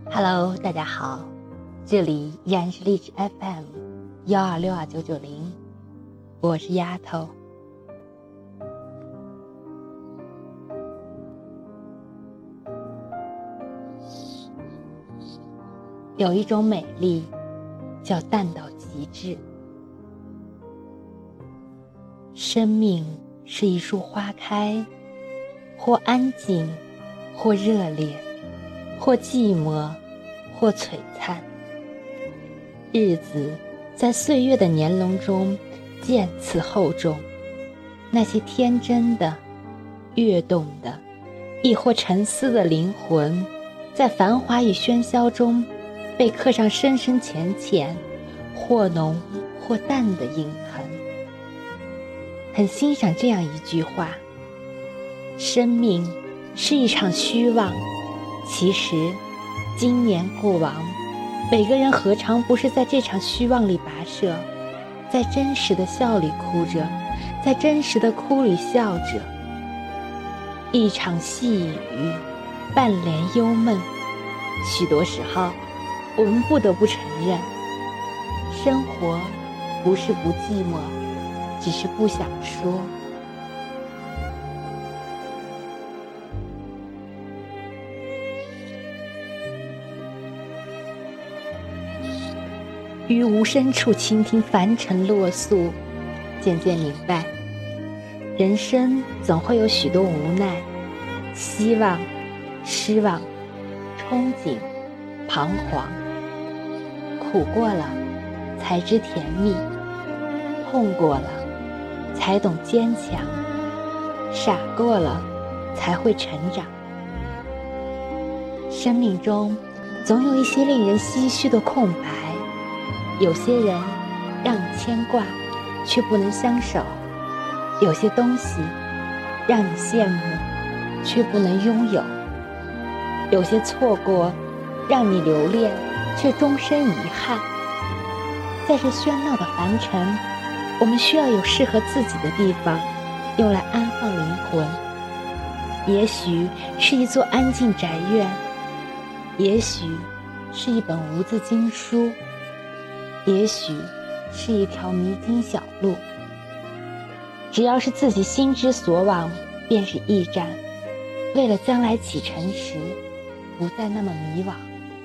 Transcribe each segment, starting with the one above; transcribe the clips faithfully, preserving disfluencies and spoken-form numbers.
Hello， 大家好，这里依然是荔枝 F M 幺二六二九九零，我是丫头。有一种美丽，叫淡到极致。生命是一束花开，或安静，或热烈，或寂寞，或璀璨。日子在岁月的年轮中渐次厚重，那些天真的、跃动的，亦或沉思的灵魂，在繁华与喧嚣中被刻上深深浅浅，或浓或淡的印痕。很欣赏这样一句话：生命是一场虚妄。其实今年过往，每个人何尝不是在这场虚妄里跋涉，在真实的笑里哭着，在真实的哭里笑着。一场细雨半帘幽闷，许多时候我们不得不承认，生活不是不寂寞，只是不想说。于无声处倾听凡尘落素，渐渐明白，人生总会有许多无奈、希望、失望、憧憬、彷徨。苦过了才知甜蜜，痛过了才懂坚强，傻过了才会成长。生命中总有一些令人唏嘘的空白，有些人让你牵挂却不能相守，有些东西让你羡慕却不能拥有，有些错过让你留恋却终身遗憾。在这喧闹的凡尘，我们需要有适合自己的地方，用来安放灵魂。也许是一座安静宅院，也许是一本无字经书，也许是一条迷津小路。只要是自己心之所往，便是驿站，为了将来启程时不再那么迷惘。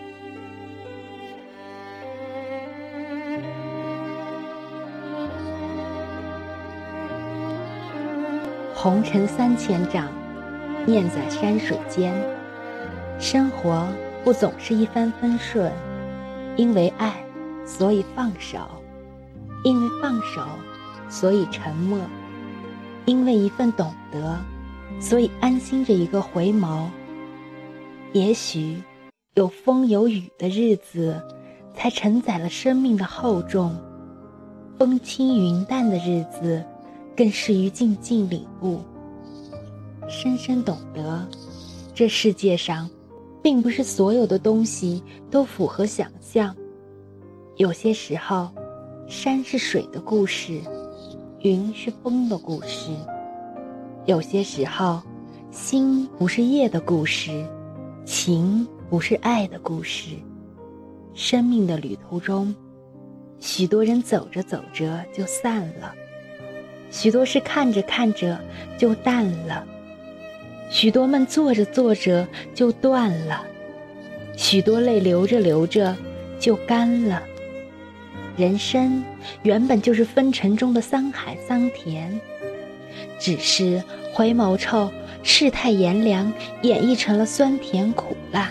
红尘三千丈，念在山水间。生活不总是一帆风顺，因为爱所以放手，因为放手所以沉默，因为一份懂得，所以安心着一个回眸。也许有风有雨的日子，才承载了生命的厚重，风轻云淡的日子，更适于静静领悟，深深懂得，这世界上并不是所有的东西都符合想象。有些时候，山是水的故事，云是风的故事；有些时候，心不是夜的故事，情不是爱的故事。生命的旅途中，许多人走着走着就散了，许多事看着看着就淡了，许多梦做着做着就断了，许多泪流着流着就干了。人生原本就是风尘中的桑海桑田，只是回眸处世态炎凉演绎成了酸甜苦辣。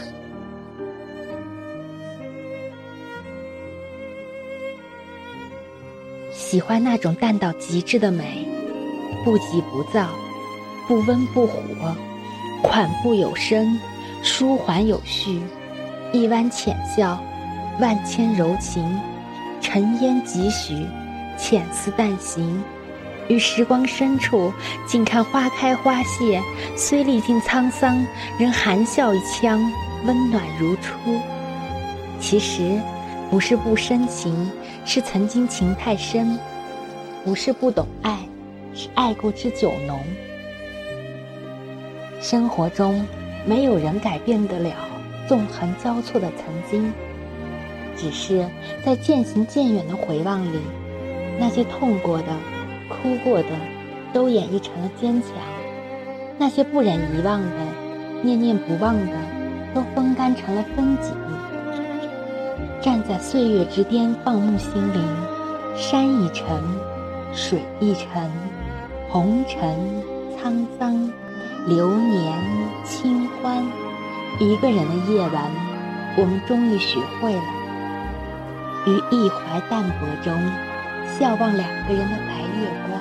喜欢那种淡到极致的美，不急不躁，不温不火，款步有声，舒缓有序，一弯浅笑，万千柔情，尘烟几许，浅思淡行。于时光深处，静看花开花谢，虽历尽沧桑，仍含笑一腔，温暖如初。其实不是不深情，是曾经情太深；不是不懂爱，是爱过之久浓。生活中没有人改变得了， 纵横交错的曾经，只是在渐行渐远的回望里，那些痛过的、哭过的，都演绎成了坚强；那些不忍遗忘的、念念不忘的，都风干成了风景。站在岁月之巅，放牧心灵，山一程，水一程，红尘沧桑，流年清欢。一个人的夜晚，我们终于学会了于一怀淡泊中笑望两个人的白月光。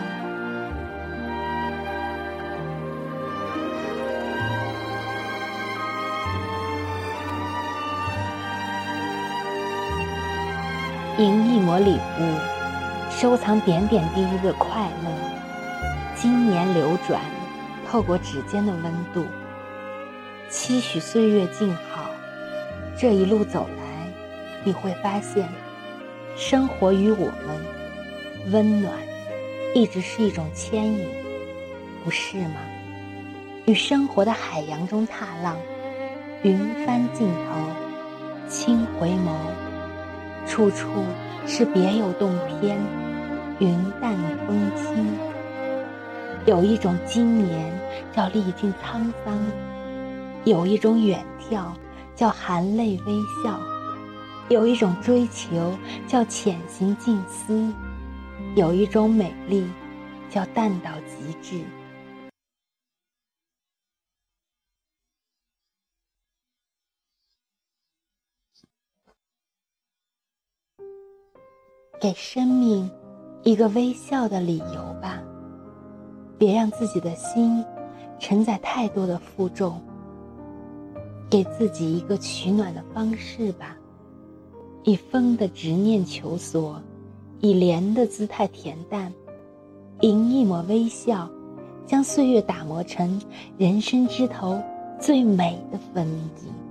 迎一抹礼物，收藏点点滴滴的快乐。经年流转，透过指尖的温度，期许岁月静好。这一路走来，你会发现，生活与我们温暖，一直是一种牵引，不是吗？与生活的海洋中踏浪，云帆尽头，轻回眸，处处是别有洞天，云淡风轻。有一种经年叫历尽沧桑，有一种远眺叫含泪微笑，有一种追求叫潜行静思，有一种美丽叫淡到极致。给生命一个微笑的理由吧，别让自己的心承载太多的负重。给自己一个取暖的方式吧，以风的执念求索，以莲的姿态恬淡，迎一抹微笑，将岁月打磨成人生枝头最美的风景。